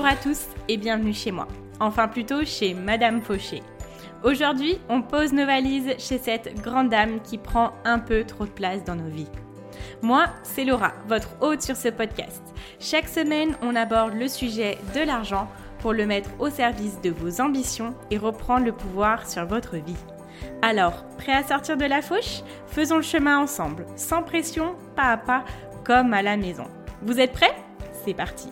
Bonjour à tous et bienvenue chez moi. Enfin plutôt chez Madame Fauché. Aujourd'hui, on pose nos valises chez cette grande dame qui prend un peu trop de place dans nos vies. Moi, c'est Laura, votre hôte sur ce podcast. Chaque semaine, on aborde le sujet de l'argent pour le mettre au service de vos ambitions et reprendre le pouvoir sur votre vie. Alors, prêt à sortir de la fauche ? Faisons le chemin ensemble, sans pression, pas à pas, comme à la maison. Vous êtes prêts ? C'est parti.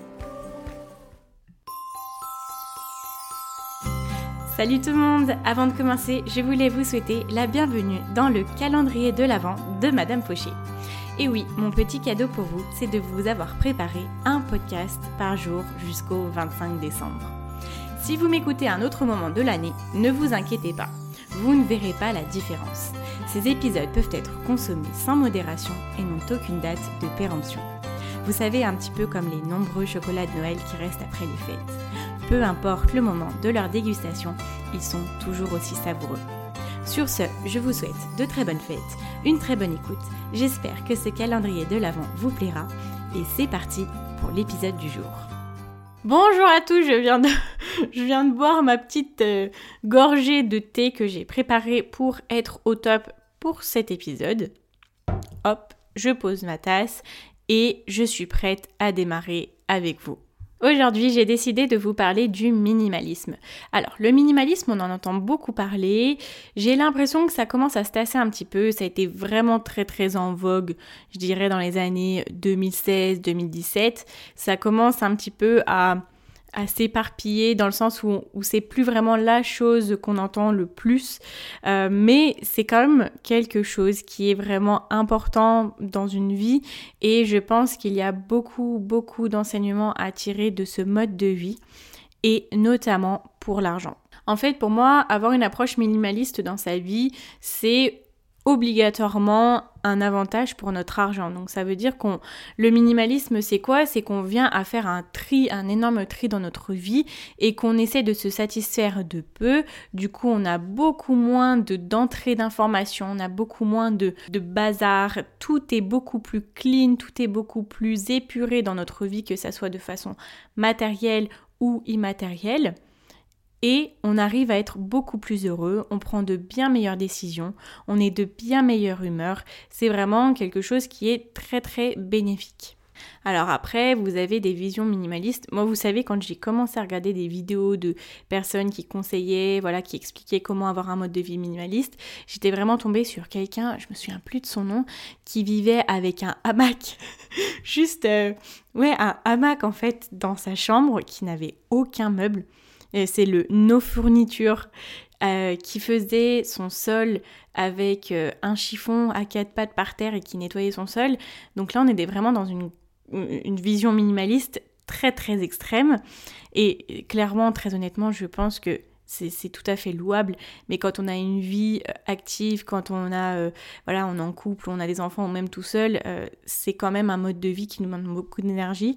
Salut tout le monde! Avant de commencer, je voulais vous souhaiter la bienvenue dans le calendrier de l'Avent de Madame Fauché. Et oui, mon petit cadeau pour vous, c'est de vous avoir préparé un podcast par jour jusqu'au 25 décembre. Si vous m'écoutez à un autre moment de l'année, ne vous inquiétez pas, vous ne verrez pas la différence. Ces épisodes peuvent être consommés sans modération et n'ont aucune date de péremption. Vous savez, un petit peu comme les nombreux chocolats de Noël qui restent après les fêtes. Peu importe le moment de leur dégustation, ils sont toujours aussi savoureux. Sur ce, je vous souhaite de très bonnes fêtes, une très bonne écoute. J'espère que ce calendrier de l'Avent vous plaira. Et c'est parti pour l'épisode du jour. Bonjour à tous, je viens de boire ma petite gorgée de thé que j'ai préparée pour être au top pour cet épisode. Hop, je pose ma tasse et je suis prête à démarrer avec vous. Aujourd'hui, j'ai décidé de vous parler du minimalisme. Alors, le minimalisme, on en entend beaucoup parler. J'ai l'impression que ça commence à se tasser un petit peu. Ça a été vraiment très très en vogue, je dirais dans les années 2016-2017. Ça commence un petit peu à s'éparpiller dans le sens où c'est plus vraiment la chose qu'on entend le plus, mais c'est quand même quelque chose qui est vraiment important dans une vie et je pense qu'il y a beaucoup d'enseignements à tirer de ce mode de vie et notamment pour l'argent. En fait, pour moi, avoir une approche minimaliste dans sa vie, c'est obligatoirement un avantage pour notre argent. Donc ça veut dire le minimalisme c'est quoi ? C'est qu'on vient à faire un énorme tri dans notre vie et qu'on essaie de se satisfaire de peu. Du coup on a beaucoup moins d'entrée d'informations, on a beaucoup moins de bazar, tout est beaucoup plus clean, tout est beaucoup plus épuré dans notre vie, que ça soit de façon matérielle ou immatérielle. Et on arrive à être beaucoup plus heureux, on prend de bien meilleures décisions, on est de bien meilleure humeur. C'est vraiment quelque chose qui est très très bénéfique. Alors après, vous avez des visions minimalistes. Moi, vous savez, quand j'ai commencé à regarder des vidéos de personnes qui conseillaient, qui expliquaient comment avoir un mode de vie minimaliste, j'étais vraiment tombée sur quelqu'un, je me souviens plus de son nom, qui vivait avec un hamac. Un hamac en fait dans sa chambre qui n'avait aucun meuble. C'est le No Fourniture qui faisait son sol avec un chiffon à 4 pattes par terre et qui nettoyait son sol. Donc là, on est vraiment dans une vision minimaliste très très extrême. Et clairement, très honnêtement, je pense que c'est tout à fait louable. Mais quand on a une vie active, quand on a, on est en couple, on a des enfants ou même tout seul, c'est quand même un mode de vie qui nous demande beaucoup d'énergie,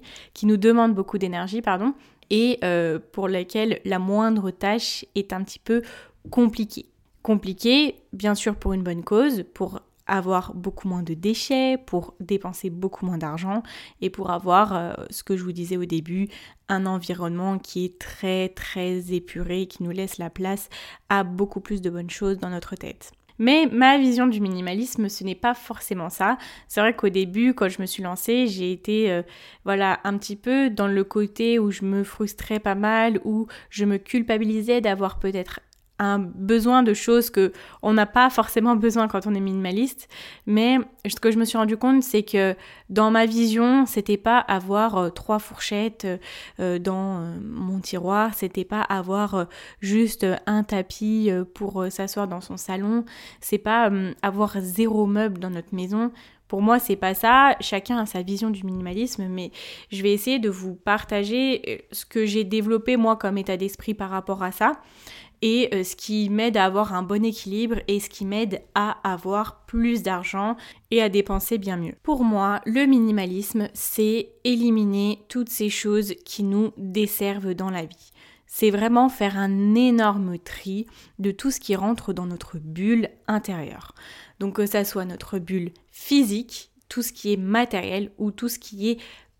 et pour laquelle la moindre tâche est un petit peu compliquée. Compliquée, bien sûr, pour une bonne cause, pour avoir beaucoup moins de déchets, pour dépenser beaucoup moins d'argent et pour avoir, ce que je vous disais au début, un environnement qui est très très épuré, qui nous laisse la place à beaucoup plus de bonnes choses dans notre tête. Mais ma vision du minimalisme, ce n'est pas forcément ça. C'est vrai qu'au début, quand je me suis lancée, j'ai été un petit peu dans le côté où je me frustrais pas mal, où je me culpabilisais d'avoir peut-être un besoin de choses que on n'a pas forcément besoin quand on est minimaliste, mais ce que je me suis rendu compte, c'est que dans ma vision, c'était pas avoir 3 fourchettes dans mon tiroir, c'était pas avoir juste un tapis pour s'asseoir dans son salon, c'est pas avoir 0 meuble dans notre maison. Pour moi, c'est pas ça. Chacun a sa vision du minimalisme, mais je vais essayer de vous partager ce que j'ai développé moi comme état d'esprit par rapport à ça. Et ce qui m'aide à avoir un bon équilibre et ce qui m'aide à avoir plus d'argent et à dépenser bien mieux. Pour moi, le minimalisme, c'est éliminer toutes ces choses qui nous desservent dans la vie. C'est vraiment faire un énorme tri de tout ce qui rentre dans notre bulle intérieure. Donc que ça soit notre bulle physique, tout ce qui est matériel ou tout ce qui est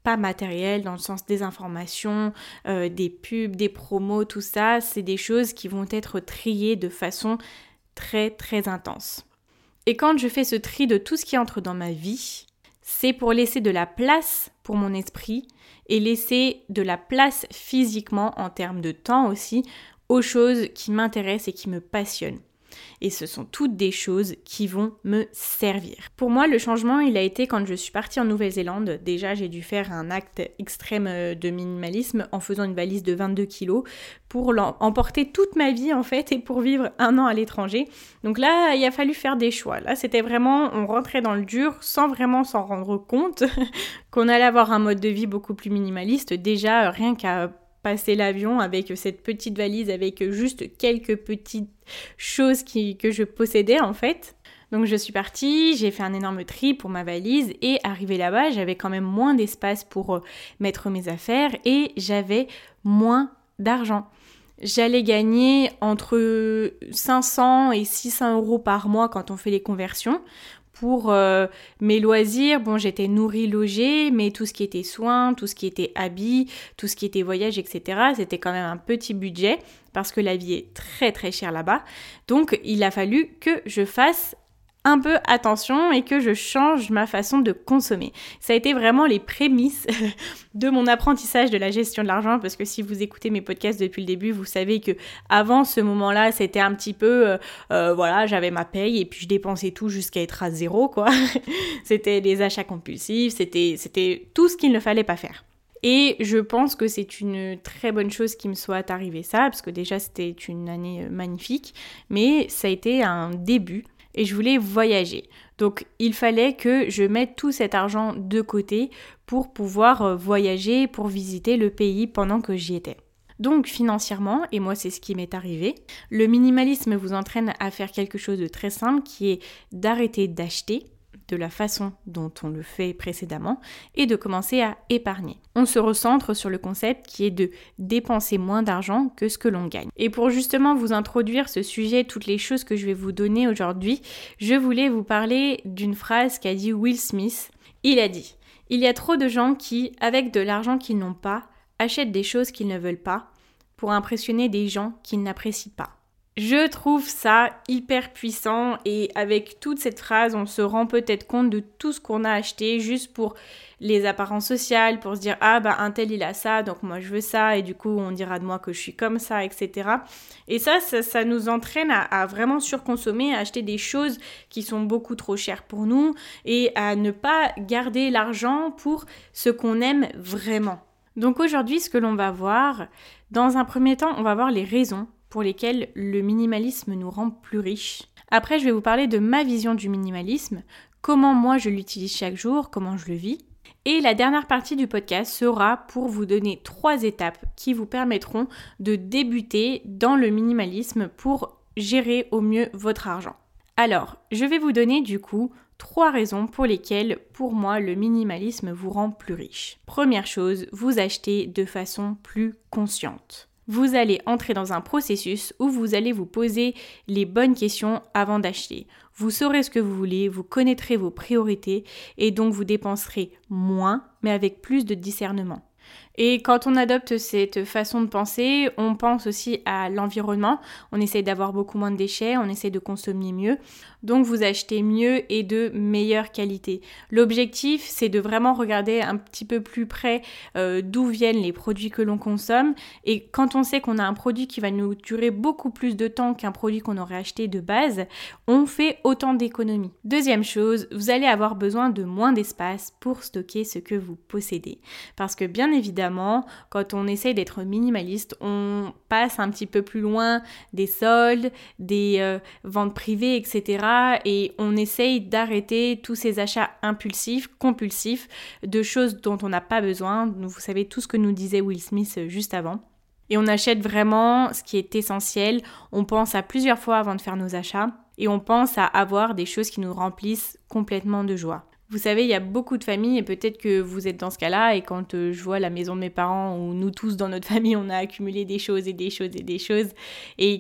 pas matériel, dans le sens des informations, des pubs, des promos, tout ça, c'est des choses qui vont être triées de façon très très intense. Et quand je fais ce tri de tout ce qui entre dans ma vie, c'est pour laisser de la place pour mon esprit et laisser de la place physiquement en termes de temps aussi aux choses qui m'intéressent et qui me passionnent. Et ce sont toutes des choses qui vont me servir. Pour moi, le changement, il a été quand je suis partie en Nouvelle-Zélande. Déjà, j'ai dû faire un acte extrême de minimalisme en faisant une valise de 22 kilos pour emporter toute ma vie en fait et pour vivre 1 an à l'étranger. Donc là, il a fallu faire des choix. Là, c'était vraiment, on rentrait dans le dur sans vraiment s'en rendre compte qu'on allait avoir un mode de vie beaucoup plus minimaliste. Déjà, rien qu'à passer l'avion avec cette petite valise avec juste quelques petites choses que je possédais en fait. Donc je suis partie, j'ai fait un énorme tri pour ma valise et arrivée là-bas, j'avais quand même moins d'espace pour mettre mes affaires et j'avais moins d'argent. J'allais gagner entre 500 et 600 euros par mois quand on fait les conversions. Pour mes loisirs, bon, j'étais nourrie, logée, mais tout ce qui était soins, tout ce qui était habits, tout ce qui était voyage, etc., c'était quand même un petit budget parce que la vie est très très chère là-bas. Donc, il a fallu que je fasse un peu attention et que je change ma façon de consommer. Ça a été vraiment les prémices de mon apprentissage de la gestion de l'argent parce que si vous écoutez mes podcasts depuis le début, vous savez que avant ce moment-là, c'était un petit peu, voilà, j'avais ma paye et puis je dépensais tout jusqu'à être à zéro, quoi. C'était des achats compulsifs, c'était tout ce qu'il ne fallait pas faire. Et je pense que c'est une très bonne chose qu'il me soit arrivé ça, parce que déjà c'était une année magnifique, mais ça a été un début. Et je voulais voyager. Donc il fallait que je mette tout cet argent de côté pour pouvoir voyager, pour visiter le pays pendant que j'y étais. Donc financièrement, et moi c'est ce qui m'est arrivé, le minimalisme vous entraîne à faire quelque chose de très simple qui est d'arrêter d'acheter de la façon dont on le fait précédemment et de commencer à épargner. On se recentre sur le concept qui est de dépenser moins d'argent que ce que l'on gagne. Et pour justement vous introduire ce sujet, toutes les choses que je vais vous donner aujourd'hui, je voulais vous parler d'une phrase qu'a dit Will Smith. Il a dit « Il y a trop de gens qui, avec de l'argent qu'ils n'ont pas, achètent des choses qu'ils ne veulent pas pour impressionner des gens qu'ils n'apprécient pas. » Je trouve ça hyper puissant et avec toute cette phrase, on se rend peut-être compte de tout ce qu'on a acheté juste pour les apparences sociales, pour se dire « Ah bah un tel il a ça, donc moi je veux ça et du coup on dira de moi que je suis comme ça, etc. » Et ça nous entraîne à vraiment surconsommer, à acheter des choses qui sont beaucoup trop chères pour nous et à ne pas garder l'argent pour ce qu'on aime vraiment. Donc aujourd'hui, ce que l'on va voir, dans un premier temps, on va voir les raisons pour lesquels le minimalisme nous rend plus riches. Après, je vais vous parler de ma vision du minimalisme, comment moi je l'utilise chaque jour, comment je le vis. Et la dernière partie du podcast sera pour vous donner 3 étapes qui vous permettront de débuter dans le minimalisme pour gérer au mieux votre argent. Alors, je vais vous donner du coup 3 raisons pour lesquelles, pour moi, le minimalisme vous rend plus riche. Première chose, vous achetez de façon plus consciente. Vous allez entrer dans un processus où vous allez vous poser les bonnes questions avant d'acheter. Vous saurez ce que vous voulez, vous connaîtrez vos priorités et donc vous dépenserez moins mais avec plus de discernement. Et quand on adopte cette façon de penser, on pense aussi à l'environnement. On essaie d'avoir beaucoup moins de déchets, on essaie de consommer mieux. Donc vous achetez mieux et de meilleure qualité. L'objectif, c'est de vraiment regarder un petit peu plus près d'où viennent les produits que l'on consomme. Et quand on sait qu'on a un produit qui va nous durer beaucoup plus de temps qu'un produit qu'on aurait acheté de base, on fait autant d'économies. Deuxième chose, vous allez avoir besoin de moins d'espace pour stocker ce que vous possédez. Parce que bien évidemment, quand on essaye d'être minimaliste, on passe un petit peu plus loin des soldes, des ventes privées, etc. Et on essaye d'arrêter tous ces achats impulsifs, compulsifs, de choses dont on n'a pas besoin. Vous savez tout ce que nous disait Will Smith juste avant. Et on achète vraiment ce qui est essentiel. On pense à plusieurs fois avant de faire nos achats. Et on pense à avoir des choses qui nous remplissent complètement de joie. Vous savez, il y a beaucoup de familles et peut-être que vous êtes dans ce cas-là et quand je vois la maison de mes parents où nous tous dans notre famille, on a accumulé des choses et des choses et des choses et que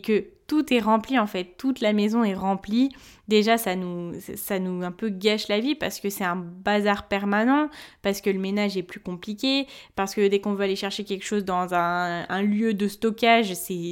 tout est rempli en fait, toute la maison est remplie. Déjà, ça nous un peu gâche la vie parce que c'est un bazar permanent, parce que le ménage est plus compliqué, parce que dès qu'on veut aller chercher quelque chose dans un lieu de stockage,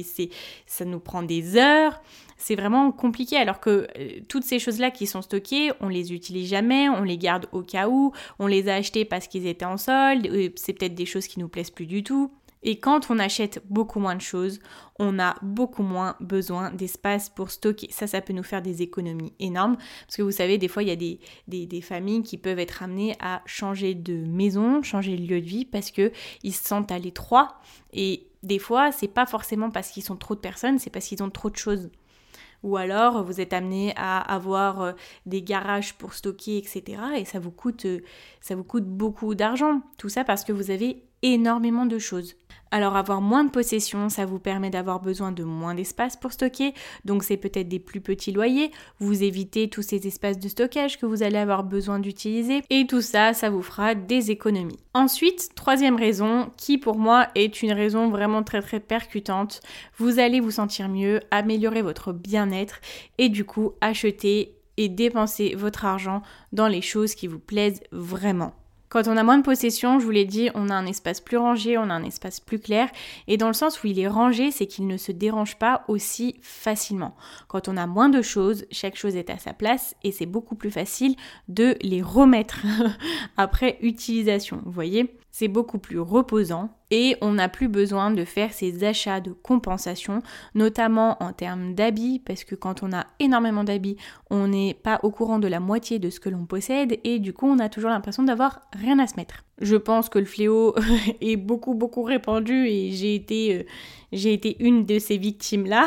ça nous prend des heures. C'est vraiment compliqué alors que toutes ces choses-là qui sont stockées, on les utilise jamais, on les garde au cas où, on les a achetées parce qu'ils étaient en solde, c'est peut-être des choses qui nous plaisent plus du tout. Et quand on achète beaucoup moins de choses, on a beaucoup moins besoin d'espace pour stocker. Ça peut nous faire des économies énormes. Parce que vous savez, des fois, il y a des familles qui peuvent être amenées à changer de maison, changer de lieu de vie parce qu'ils se sentent à l'étroit. Et des fois, c'est pas forcément parce qu'ils sont trop de personnes, c'est parce qu'ils ont trop de choses. Ou alors, vous êtes amené à avoir des garages pour stocker, etc. Et ça vous coûte beaucoup d'argent. Tout ça parce que vous avez énormément de choses. Alors avoir moins de possessions, ça vous permet d'avoir besoin de moins d'espace pour stocker, donc c'est peut-être des plus petits loyers, vous évitez tous ces espaces de stockage que vous allez avoir besoin d'utiliser, et tout ça, ça vous fera des économies. Ensuite, troisième raison, qui pour moi est une raison vraiment très très percutante, vous allez vous sentir mieux, améliorer votre bien-être, et du coup acheter et dépenser votre argent dans les choses qui vous plaisent vraiment. Quand on a moins de possessions, je vous l'ai dit, on a un espace plus rangé, on a un espace plus clair. Et dans le sens où il est rangé, c'est qu'il ne se dérange pas aussi facilement. Quand on a moins de choses, chaque chose est à sa place et c'est beaucoup plus facile de les remettre après utilisation. Vous voyez ? C'est beaucoup plus reposant et on n'a plus besoin de faire ces achats de compensation, notamment en termes d'habits, parce que quand on a énormément d'habits, on n'est pas au courant de la moitié de ce que l'on possède et du coup on a toujours l'impression d'avoir rien à se mettre. Je pense que le fléau est beaucoup répandu et j'ai été une de ces victimes-là,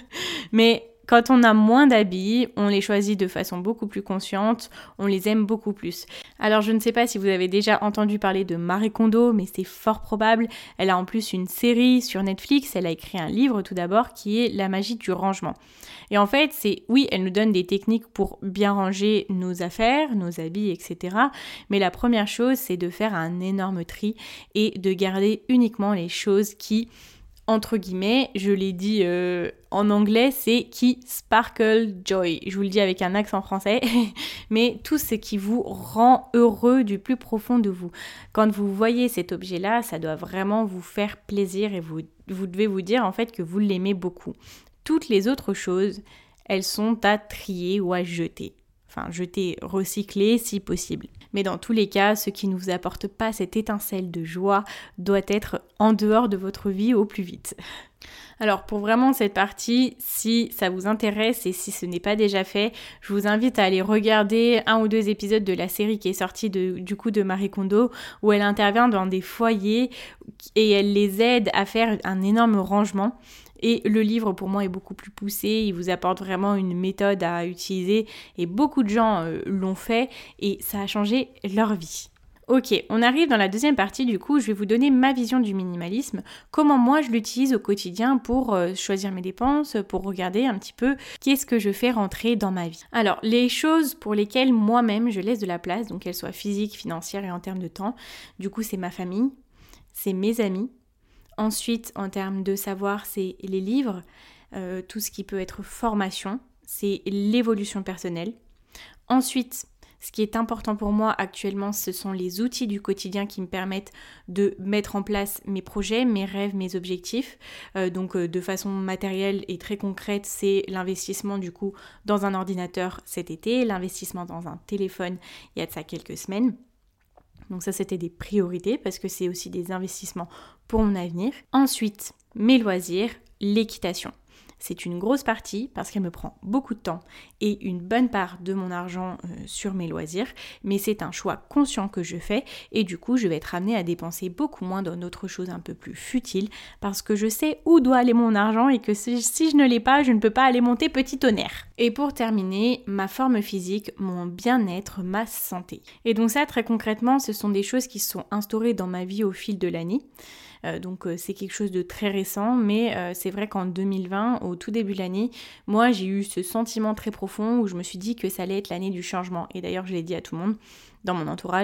mais quand on a moins d'habits, on les choisit de façon beaucoup plus consciente, on les aime beaucoup plus. Alors je ne sais pas si vous avez déjà entendu parler de Marie Kondo, mais c'est fort probable. Elle a en plus une série sur Netflix, elle a écrit un livre tout d'abord qui est La magie du rangement. Et en fait, elle nous donne des techniques pour bien ranger nos affaires, nos habits, etc. Mais la première chose, c'est de faire un énorme tri et de garder uniquement les choses qui, entre guillemets, je l'ai dit en anglais, c'est qui sparkle joy. Je vous le dis avec un accent français, mais tout ce qui vous rend heureux du plus profond de vous. Quand vous voyez cet objet-là, ça doit vraiment vous faire plaisir et vous devez vous dire en fait que vous l'aimez beaucoup. Toutes les autres choses, elles sont à trier ou à jeter. Enfin, jeter, recycler si possible. Mais dans tous les cas, ce qui ne vous apporte pas cette étincelle de joie doit être en dehors de votre vie au plus vite. Alors pour vraiment cette partie, si ça vous intéresse et si ce n'est pas déjà fait, je vous invite à aller regarder 1 ou 2 épisodes de la série qui est sortie de Marie Kondo, où elle intervient dans des foyers et elle les aide à faire un énorme rangement. Et le livre pour moi est beaucoup plus poussé, il vous apporte vraiment une méthode à utiliser et beaucoup de gens l'ont fait et ça a changé leur vie. Ok, on arrive dans la deuxième partie du coup, je vais vous donner ma vision du minimalisme, comment moi je l'utilise au quotidien pour choisir mes dépenses, pour regarder un petit peu qu'est-ce que je fais rentrer dans ma vie. Alors, les choses pour lesquelles moi-même je laisse de la place, donc qu'elles soient physiques, financières et en termes de temps, du coup c'est ma famille, c'est mes amis. Ensuite, en termes de savoir, c'est les livres, tout ce qui peut être formation, c'est l'évolution personnelle. Ensuite, ce qui est important pour moi actuellement, ce sont les outils du quotidien qui me permettent de mettre en place mes projets, mes rêves, mes objectifs. Donc de façon matérielle et très concrète, c'est l'investissement du coup dans un ordinateur cet été, l'investissement dans un téléphone il y a de ça quelques semaines. Donc ça, c'était des priorités parce que c'est aussi des investissements pour mon avenir. Ensuite, mes loisirs, l'équitation. C'est une grosse partie parce qu'elle me prend beaucoup de temps et une bonne part de mon argent sur mes loisirs, mais c'est un choix conscient que je fais et du coup je vais être amenée à dépenser beaucoup moins dans d'autres choses un peu plus futiles parce que je sais où doit aller mon argent et que si je ne l'ai pas, je ne peux pas aller monter petit tonnerre. Et pour terminer, ma forme physique, mon bien-être, ma santé. Et donc ça, très concrètement, ce sont des choses qui se sont instaurées dans ma vie au fil de l'année. Donc c'est quelque chose de très récent, mais c'est vrai qu'en 2020, au tout début de l'année, moi j'ai eu ce sentiment très profond où je me suis dit que ça allait être l'année du changement. Et d'ailleurs je l'ai dit à tout le monde dans mon entourage,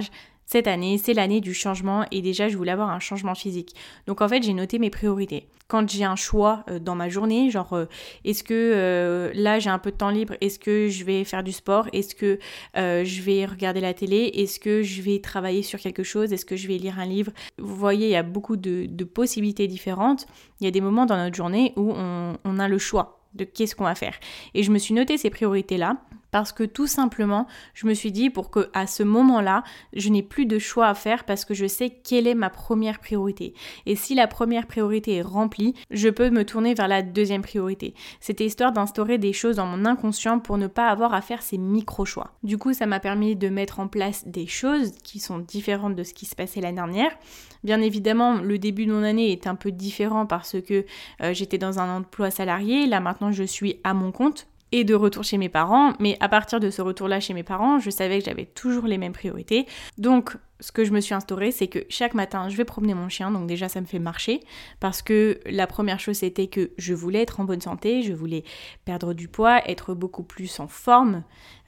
cette année, c'est l'année du changement et déjà, je voulais avoir un changement physique. Donc en fait, j'ai noté mes priorités. Quand j'ai un choix dans ma journée, genre est-ce que là j'ai un peu de temps libre, est-ce que je vais faire du sport, est-ce que je vais regarder la télé, est-ce que je vais travailler sur quelque chose, est-ce que je vais lire un livre. Vous voyez, il y a beaucoup de possibilités différentes. Il y a des moments dans notre journée où on a le choix de qu'est-ce qu'on va faire. Et je me suis noté ces priorités-là parce que tout simplement, je me suis dit pour que à ce moment-là, je n'ai plus de choix à faire parce que je sais quelle est ma première priorité. Et si la première priorité est remplie, je peux me tourner vers la deuxième priorité. C'était histoire d'instaurer des choses dans mon inconscient pour ne pas avoir à faire ces micro-choix. Du coup, ça m'a permis de mettre en place des choses qui sont différentes de ce qui se passait l'année dernière. Bien évidemment, le début de mon année est un peu différent parce que j'étais dans un emploi salarié. Là, maintenant, je suis à mon compte et de retour chez mes parents. Mais à partir de ce retour-là chez mes parents, je savais que j'avais toujours les mêmes priorités. Donc, ce que je me suis instauré, c'est que chaque matin, je vais promener mon chien. Donc déjà, ça me fait marcher parce que la première chose, c'était que je voulais être en bonne santé, je voulais perdre du poids, être beaucoup plus en forme,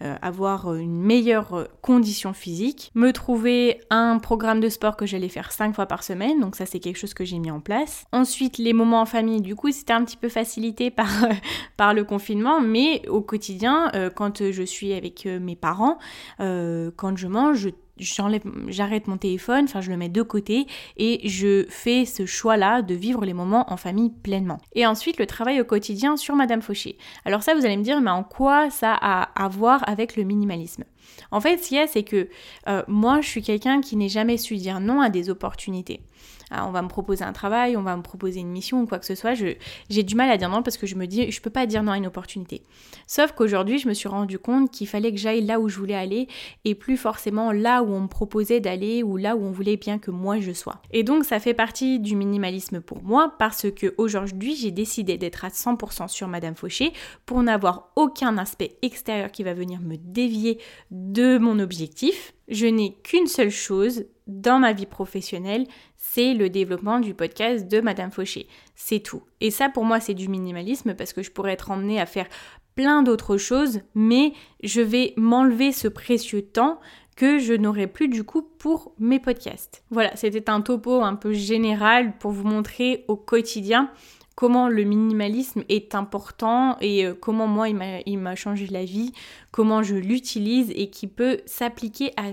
avoir une meilleure condition physique, me trouver un programme de sport que j'allais faire 5 fois par semaine. Donc ça, c'est quelque chose que j'ai mis en place. Ensuite, les moments en famille, du coup, c'était un petit peu facilité par le confinement, mais au quotidien, quand je suis avec mes parents, quand je mange, j'arrête mon téléphone, enfin je le mets de côté et je fais ce choix-là de vivre les moments en famille pleinement. Et ensuite, le travail au quotidien sur Madame Fauché. Alors ça, vous allez me dire, mais en quoi ça a à voir avec le minimalisme ? En fait, ce qu'il y a, c'est que moi, je suis quelqu'un qui n'est jamais su dire non à des opportunités. On va me proposer un travail, on va me proposer une mission ou quoi que ce soit, j'ai du mal à dire non parce que je me dis, je peux pas dire non à une opportunité. Sauf qu'aujourd'hui, je me suis rendu compte qu'il fallait que j'aille là où je voulais aller et plus forcément là où on me proposait d'aller ou là où on voulait bien que moi je sois. Et donc, ça fait partie du minimalisme pour moi parce que aujourd'hui, j'ai décidé d'être à 100% sur Madame Fauché pour n'avoir aucun aspect extérieur qui va venir me dévier de mon objectif. Je n'ai qu'une seule chose dans ma vie professionnelle, c'est le développement du podcast de Madame Fauché. C'est tout. Et ça, pour moi, c'est du minimalisme parce que je pourrais être emmenée à faire plein d'autres choses, mais je vais m'enlever ce précieux temps que je n'aurai plus du coup pour mes podcasts. Voilà, c'était un topo un peu général pour vous montrer au quotidien comment le minimalisme est important et comment moi il m'a changé la vie, comment je l'utilise et qui peut s'appliquer à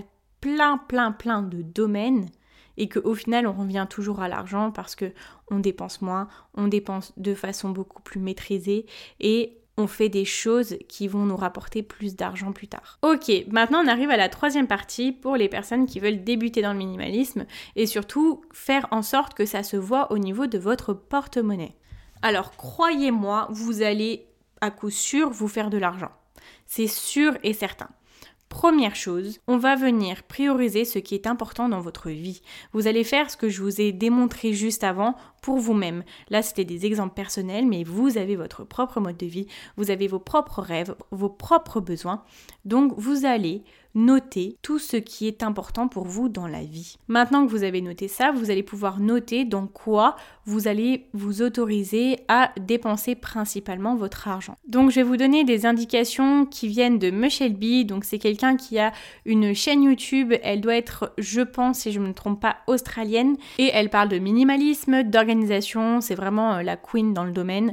plein de domaines et qu'au final on revient toujours à l'argent parce que on dépense moins, on dépense de façon beaucoup plus maîtrisée et on fait des choses qui vont nous rapporter plus d'argent plus tard. Ok, maintenant on arrive à la troisième partie pour les personnes qui veulent débuter dans le minimalisme et surtout faire en sorte que ça se voit au niveau de votre porte-monnaie. Alors croyez-moi, vous allez à coup sûr vous faire de l'argent. C'est sûr et certain. Première chose, on va venir prioriser ce qui est important dans votre vie. Vous allez faire ce que je vous ai démontré juste avant pour vous-même. Là, c'était des exemples personnels, mais vous avez votre propre mode de vie, vous avez vos propres rêves, vos propres besoins. Donc, vous allez noter tout ce qui est important pour vous dans la vie. Maintenant que vous avez noté ça, vous allez pouvoir noter dans quoi vous allez vous autoriser à dépenser principalement votre argent. Donc, je vais vous donner des indications qui viennent de Michelle B. Donc, c'est quelqu'un qui a une chaîne YouTube. Elle doit être, je pense, si je ne me trompe pas, australienne. Et elle parle de minimalisme, d'organisation. C'est vraiment la queen dans le domaine.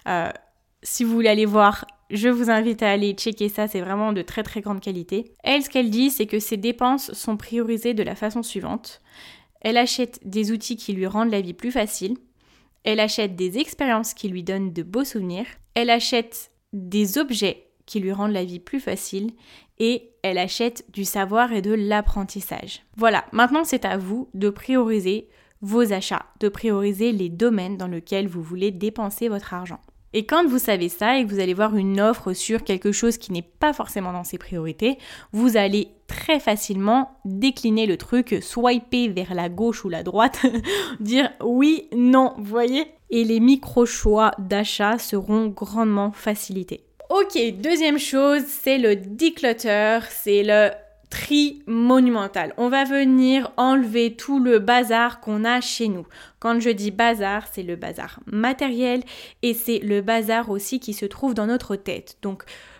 Si vous voulez aller voir, je vous invite à aller checker ça, c'est vraiment de très très grande qualité. Elle, ce qu'elle dit, c'est que ses dépenses sont priorisées de la façon suivante. Elle achète des outils qui lui rendent la vie plus facile. Elle achète des expériences qui lui donnent de beaux souvenirs. Elle achète des objets qui lui rendent la vie plus facile. Et elle achète du savoir et de l'apprentissage. Voilà, maintenant c'est à vous de prioriser vos achats, de prioriser les domaines dans lesquels vous voulez dépenser votre argent. Et quand vous savez ça et que vous allez voir une offre sur quelque chose qui n'est pas forcément dans ses priorités, vous allez très facilement décliner le truc, swiper vers la gauche ou la droite, dire oui, non, vous voyez ? Et les micro-choix d'achat seront grandement facilités. Ok, deuxième chose, c'est le declutter, c'est le tri monumental. On va venir enlever tout le bazar qu'on a chez nous. Quand je dis bazar, c'est le bazar matériel et c'est le bazar aussi qui se trouve dans notre tête. Donc,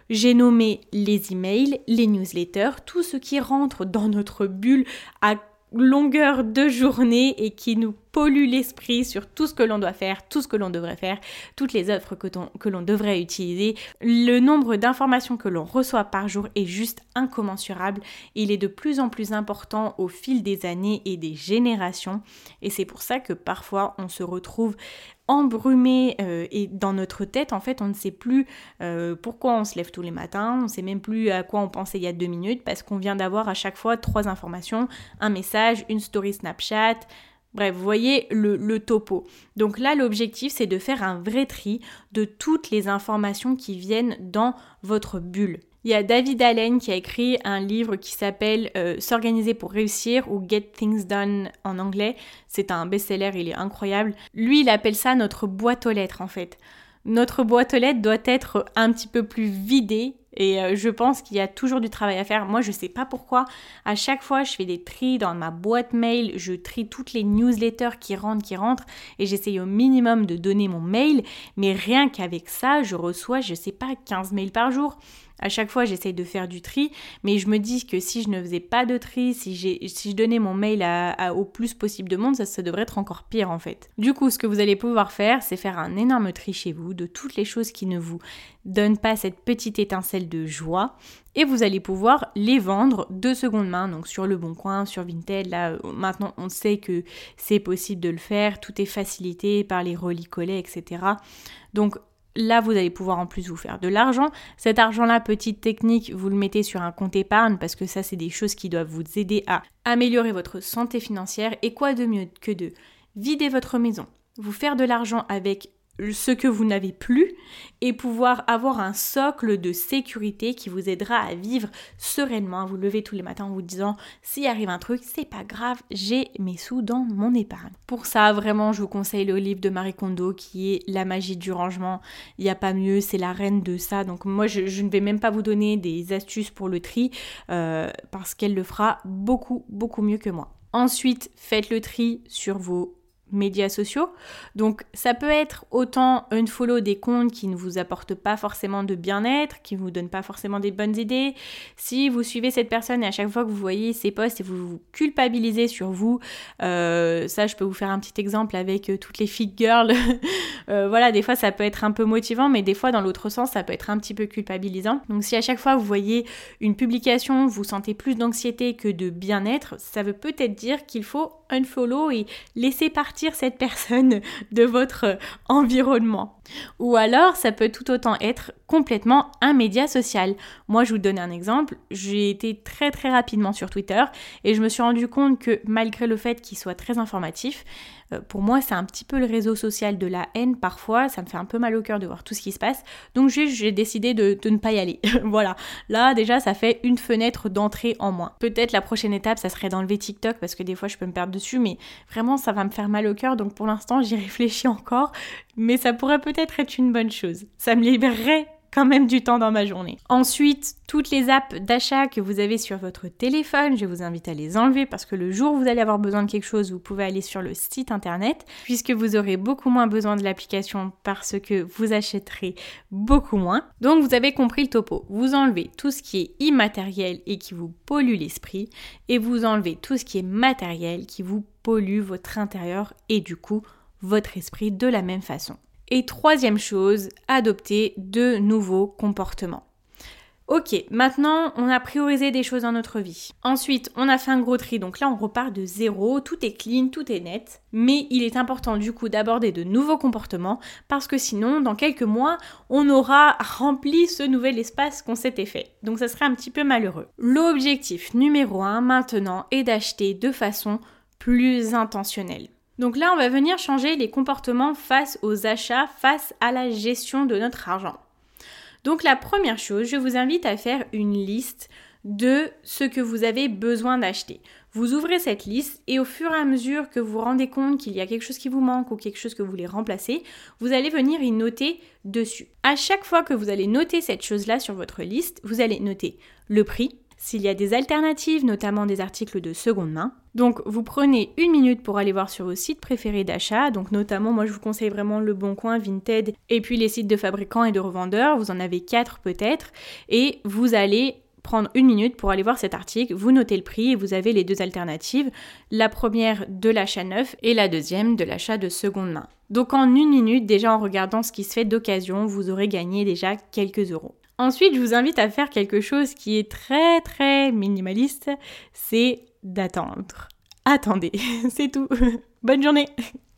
J'ai nommé les emails, les newsletters, tout ce qui rentre dans notre bulle à longueur de journée et qui nous pollue l'esprit sur tout ce que l'on doit faire, tout ce que l'on devrait faire, toutes les offres que l'on devrait utiliser. Le nombre d'informations que l'on reçoit par jour est juste incommensurable. Il est de plus en plus important au fil des années et des générations. Et c'est pour ça que parfois on se retrouve embrumé et dans notre tête, en fait, on ne sait plus pourquoi on se lève tous les matins, on ne sait même plus à quoi on pensait il y a 2 minutes parce qu'on vient d'avoir à chaque fois 3 informations, un message, une story Snapchat. Bref, vous voyez le topo. Donc là, l'objectif, c'est de faire un vrai tri de toutes les informations qui viennent dans votre bulle. Il y a David Allen qui a écrit un livre qui s'appelle S'organiser pour réussir ou Get Things Done en anglais. C'est un best-seller, il est incroyable. Lui, il appelle ça notre boîte aux lettres en fait. Notre boîte aux lettres doit être un petit peu plus vidée et je pense qu'il y a toujours du travail à faire. Moi, je sais pas pourquoi. À chaque fois, je fais des tris dans ma boîte mail. Je trie toutes les newsletters qui rentrent et j'essaye au minimum de donner mon mail. Mais rien qu'avec ça, je reçois, je sais pas, 15 mails par jour. À chaque fois, j'essaye de faire du tri, mais je me dis que si je ne faisais pas de tri, si je donnais mon mail au plus possible de monde, ça devrait être encore pire en fait. Du coup, ce que vous allez pouvoir faire, c'est faire un énorme tri chez vous de toutes les choses qui ne vous donnent pas cette petite étincelle de joie et vous allez pouvoir les vendre de seconde main, donc sur Le Bon Coin, sur Vinted. Là, maintenant, on sait que c'est possible de le faire, tout est facilité par les relicolets, etc. Donc, là, vous allez pouvoir en plus vous faire de l'argent. Cet argent-là, petite technique, vous le mettez sur un compte épargne parce que ça, c'est des choses qui doivent vous aider à améliorer votre santé financière. Et quoi de mieux que de vider votre maison, vous faire de l'argent avec ce que vous n'avez plus et pouvoir avoir un socle de sécurité qui vous aidera à vivre sereinement, à vous lever tous les matins en vous disant s'il arrive un truc, c'est pas grave, j'ai mes sous dans mon épargne. Pour ça, vraiment, je vous conseille le livre de Marie Kondo qui est La magie du rangement. Il n'y a pas mieux, c'est la reine de ça. Donc moi, je ne vais même pas vous donner des astuces pour le tri parce qu'elle le fera beaucoup, beaucoup mieux que moi. Ensuite, faites le tri sur vos médias sociaux. Donc ça peut être autant unfollow des comptes qui ne vous apportent pas forcément de bien-être, qui ne vous donnent pas forcément des bonnes idées. Si vous suivez cette personne et à chaque fois que vous voyez ses posts et vous vous culpabilisez sur vous, ça je peux vous faire un petit exemple avec toutes les fit girls. Voilà, des fois ça peut être un peu motivant, mais des fois dans l'autre sens ça peut être un petit peu culpabilisant. Donc si à chaque fois vous voyez une publication, vous sentez plus d'anxiété que de bien-être, ça veut peut-être dire qu'il faut unfollow et laisser partir cette personne de votre environnement. Ou alors, ça peut tout autant être complètement un média social. Moi, je vous donne un exemple. J'ai été très très rapidement sur Twitter et je me suis rendu compte que malgré le fait qu'il soit très informatif, pour moi, c'est un petit peu le réseau social de la haine. Parfois, ça me fait un peu mal au cœur de voir tout ce qui se passe. Donc, j'ai décidé de ne pas y aller. Voilà. Là, déjà, ça fait une fenêtre d'entrée en moins. Peut-être la prochaine étape, ça serait d'enlever TikTok parce que des fois, je peux me perdre dessus. Mais vraiment, ça va me faire mal au cœur. Donc, pour l'instant, j'y réfléchis encore. Mais ça pourrait peut-être être une bonne chose. Ça me libérerait quand même du temps dans ma journée. Ensuite, toutes les apps d'achat que vous avez sur votre téléphone, je vous invite à les enlever parce que le jour où vous allez avoir besoin de quelque chose, vous pouvez aller sur le site internet puisque vous aurez beaucoup moins besoin de l'application parce que vous achèterez beaucoup moins. Donc vous avez compris le topo. Vous enlevez tout ce qui est immatériel et qui vous pollue l'esprit et vous enlevez tout ce qui est matériel qui vous pollue votre intérieur et du coup votre esprit de la même façon. Et troisième chose, adopter de nouveaux comportements. Ok, maintenant on a priorisé des choses dans notre vie. Ensuite, on a fait un gros tri, donc là on repart de zéro, tout est clean, tout est net. Mais il est important du coup d'aborder de nouveaux comportements parce que sinon, dans quelques mois, on aura rempli ce nouvel espace qu'on s'était fait. Donc ça serait un petit peu malheureux. L'objectif numéro 1 maintenant est d'acheter de façon plus intentionnelle. Donc là, on va venir changer les comportements face aux achats, face à la gestion de notre argent. Donc la première chose, je vous invite à faire une liste de ce que vous avez besoin d'acheter. Vous ouvrez cette liste et au fur et à mesure que vous vous rendez compte qu'il y a quelque chose qui vous manque ou quelque chose que vous voulez remplacer, vous allez venir y noter dessus. À chaque fois que vous allez noter cette chose-là sur votre liste, vous allez noter le prix. s'il y a des alternatives, notamment des articles de seconde main. Donc vous prenez 1 minute pour aller voir sur vos sites préférés d'achat, donc notamment moi je vous conseille vraiment Leboncoin, Vinted et puis les sites de fabricants et de revendeurs, vous en avez 4 peut-être, et vous allez prendre 1 minute pour aller voir cet article, vous notez le prix et vous avez les 2 alternatives, la première de l'achat neuf et la deuxième de l'achat de seconde main. Donc en 1 minute, déjà en regardant ce qui se fait d'occasion, vous aurez gagné déjà quelques euros. Ensuite, je vous invite à faire quelque chose qui est très très minimaliste, c'est d'attendre. Attendez, c'est tout. Bonne journée.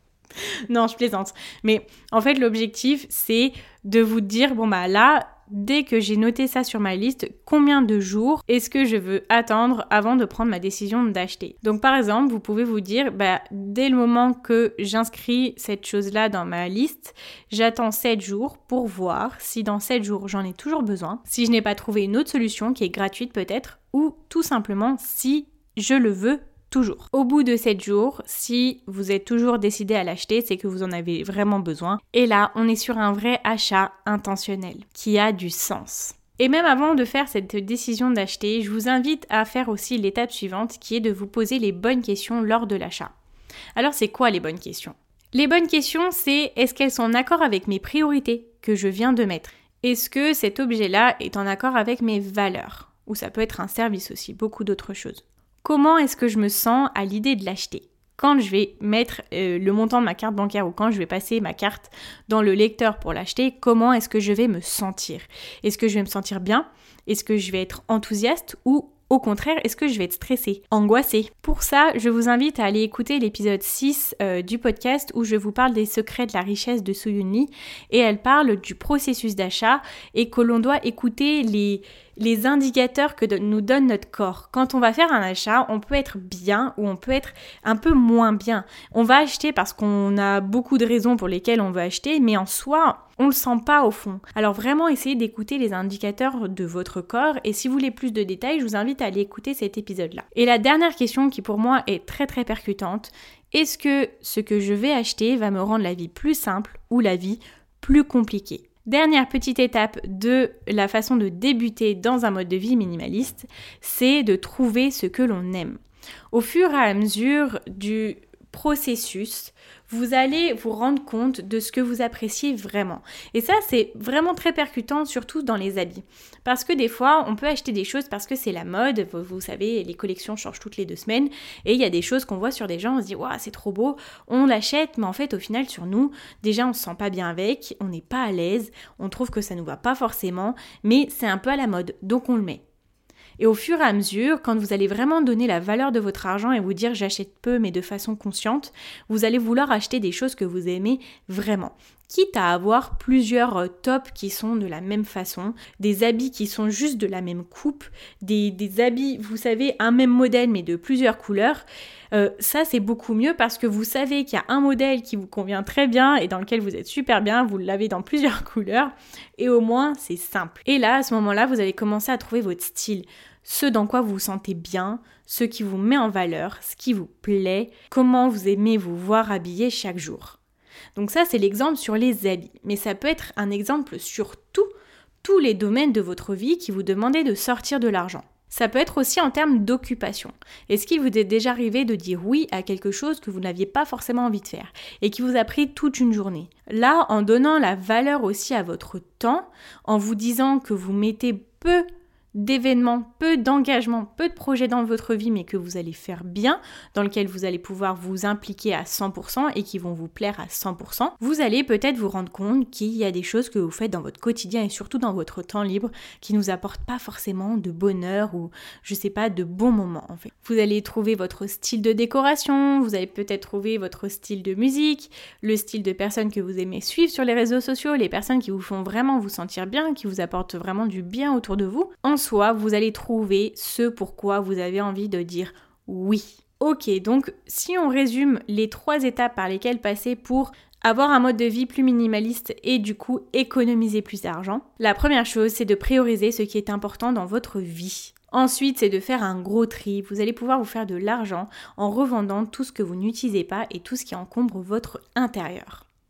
Non, je plaisante. Mais en fait, l'objectif, c'est de vous dire, bon bah là, dès que j'ai noté ça sur ma liste, combien de jours est-ce que je veux attendre avant de prendre ma décision d'acheter? Donc par exemple, vous pouvez vous dire, dès le moment que j'inscris cette chose-là dans ma liste, j'attends 7 jours pour voir si dans 7 jours j'en ai toujours besoin, si je n'ai pas trouvé une autre solution qui est gratuite peut-être, ou tout simplement si je le veux toujours. Au bout de 7 jours, si vous êtes toujours décidé à l'acheter, c'est que vous en avez vraiment besoin. Et là, on est sur un vrai achat intentionnel qui a du sens. Et même avant de faire cette décision d'acheter, je vous invite à faire aussi l'étape suivante qui est de vous poser les bonnes questions lors de l'achat. Alors, c'est quoi les bonnes questions? Les bonnes questions, c'est est-ce qu'elles sont en accord avec mes priorités que je viens de mettre? Est-ce que cet objet-là est en accord avec mes valeurs? Ou ça peut être un service aussi, beaucoup d'autres choses. Comment est-ce que je me sens à l'idée de l'acheter? Quand je vais mettre le montant de ma carte bancaire ou quand je vais passer ma carte dans le lecteur pour l'acheter, comment est-ce que je vais me sentir? Est-ce que je vais me sentir bien? Est-ce que je vais être enthousiaste ou au contraire, est-ce que je vais être stressée, angoissée? Pour ça, je vous invite à aller écouter l'épisode 6 du podcast où je vous parle des secrets de la richesse de Soo-Yoon Lee et elle parle du processus d'achat et que l'on doit écouter les indicateurs que nous donne notre corps. Quand on va faire un achat, on peut être bien ou on peut être un peu moins bien. On va acheter parce qu'on a beaucoup de raisons pour lesquelles on veut acheter, mais en soi, on le sent pas au fond. Alors vraiment, essayez d'écouter les indicateurs de votre corps et si vous voulez plus de détails, je vous invite à aller écouter cet épisode-là. Et la dernière question qui pour moi est très très percutante, est-ce que ce que je vais acheter va me rendre la vie plus simple ou la vie plus compliquée? Dernière petite étape de la façon de débuter dans un mode de vie minimaliste, c'est de trouver ce que l'on aime. Au fur et à mesure du processus, vous allez vous rendre compte de ce que vous appréciez vraiment. Et ça, c'est vraiment très percutant, surtout dans les habits. Parce que des fois, on peut acheter des choses parce que c'est la mode. Vous savez, les collections changent toutes les 2 semaines. Et il y a des choses qu'on voit sur des gens, on se dit « Waouh, c'est trop beau !» On l'achète, mais en fait, au final, sur nous, déjà, on se sent pas bien avec, on n'est pas à l'aise, on trouve que ça nous va pas forcément, mais c'est un peu à la mode, donc on le met. Et au fur et à mesure, quand vous allez vraiment donner la valeur de votre argent et vous dire j'achète peu mais de façon consciente, vous allez vouloir acheter des choses que vous aimez vraiment. Quitte à avoir plusieurs tops qui sont de la même façon, des habits qui sont juste de la même coupe, des habits, vous savez, un même modèle mais de plusieurs couleurs, ça c'est beaucoup mieux parce que vous savez qu'il y a un modèle qui vous convient très bien et dans lequel vous êtes super bien, vous l'avez dans plusieurs couleurs et au moins c'est simple. Et là, à ce moment-là, vous allez commencer à trouver votre style, ce dans quoi vous vous sentez bien, ce qui vous met en valeur, ce qui vous plaît, comment vous aimez vous voir habillé chaque jour. Donc ça, c'est l'exemple sur les habits. Mais ça peut être un exemple sur tous les domaines de votre vie qui vous demandent de sortir de l'argent. Ça peut être aussi en termes d'occupation. Est-ce qu'il vous est déjà arrivé de dire oui à quelque chose que vous n'aviez pas forcément envie de faire et qui vous a pris toute une journée? Là, en donnant la valeur aussi à votre temps, en vous disant que vous mettez peu d'événements, peu d'engagements, peu de projets dans votre vie, mais que vous allez faire bien, dans lequel vous allez pouvoir vous impliquer à 100% et qui vont vous plaire à 100%, vous allez peut-être vous rendre compte qu'il y a des choses que vous faites dans votre quotidien et surtout dans votre temps libre qui nous apportent pas forcément de bonheur ou, je sais pas, de bons moments en fait. Vous allez trouver votre style de décoration, vous allez peut-être trouver votre style de musique, le style de personnes que vous aimez suivre sur les réseaux sociaux, les personnes qui vous font vraiment vous sentir bien, qui vous apportent vraiment du bien autour de vous. En soi, vous allez trouver ce pourquoi vous avez envie de dire oui. Ok, donc si on résume les 3 étapes par lesquelles passer pour avoir un mode de vie plus minimaliste et du coup économiser plus d'argent, la première chose c'est de prioriser ce qui est important dans votre vie. Ensuite, c'est de faire un gros tri. Vous allez pouvoir vous faire de l'argent en revendant tout ce que vous n'utilisez pas et tout ce qui encombre votre intérieur.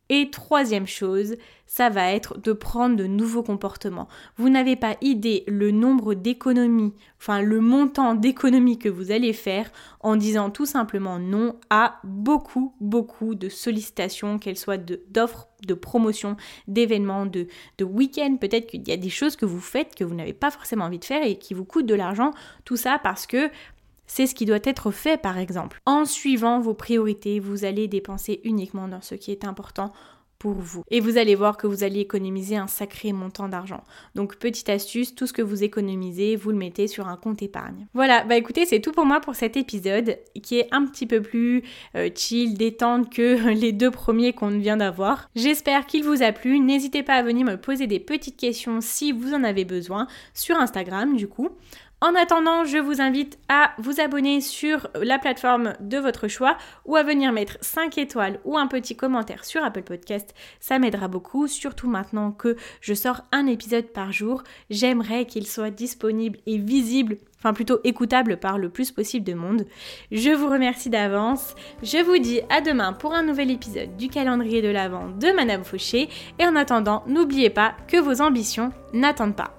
Et troisième chose, ça va être de prendre de nouveaux comportements. Vous n'avez pas idée le nombre d'économies, le montant d'économies que vous allez faire en disant tout simplement non à beaucoup de sollicitations, qu'elles soient d'offres, de promotions, d'événements, de week-ends. Peut-être qu'il y a des choses que vous faites que vous n'avez pas forcément envie de faire et qui vous coûtent de l'argent. Tout ça parce que c'est ce qui doit être fait, par exemple. En suivant vos priorités, vous allez dépenser uniquement dans ce qui est important pour vous. Et vous allez voir que vous allez économiser un sacré montant d'argent. Donc, petite astuce, tout ce que vous économisez, vous le mettez sur un compte épargne. Voilà, écoutez, c'est tout pour moi pour cet épisode qui est un petit peu plus chill, détente que les 2 premiers qu'on vient d'avoir. J'espère qu'il vous a plu. N'hésitez pas à venir me poser des petites questions si vous en avez besoin sur Instagram du coup. En attendant, je vous invite à vous abonner sur la plateforme de votre choix ou à venir mettre 5 étoiles ou un petit commentaire sur Apple Podcast. Ça m'aidera beaucoup, surtout maintenant que je sors un épisode par jour. J'aimerais qu'il soit disponible et visible, plutôt écoutable par le plus possible de monde. Je vous remercie d'avance. Je vous dis à demain pour un nouvel épisode du calendrier de l'Avent de Madame Fauché. Et en attendant, n'oubliez pas que vos ambitions n'attendent pas.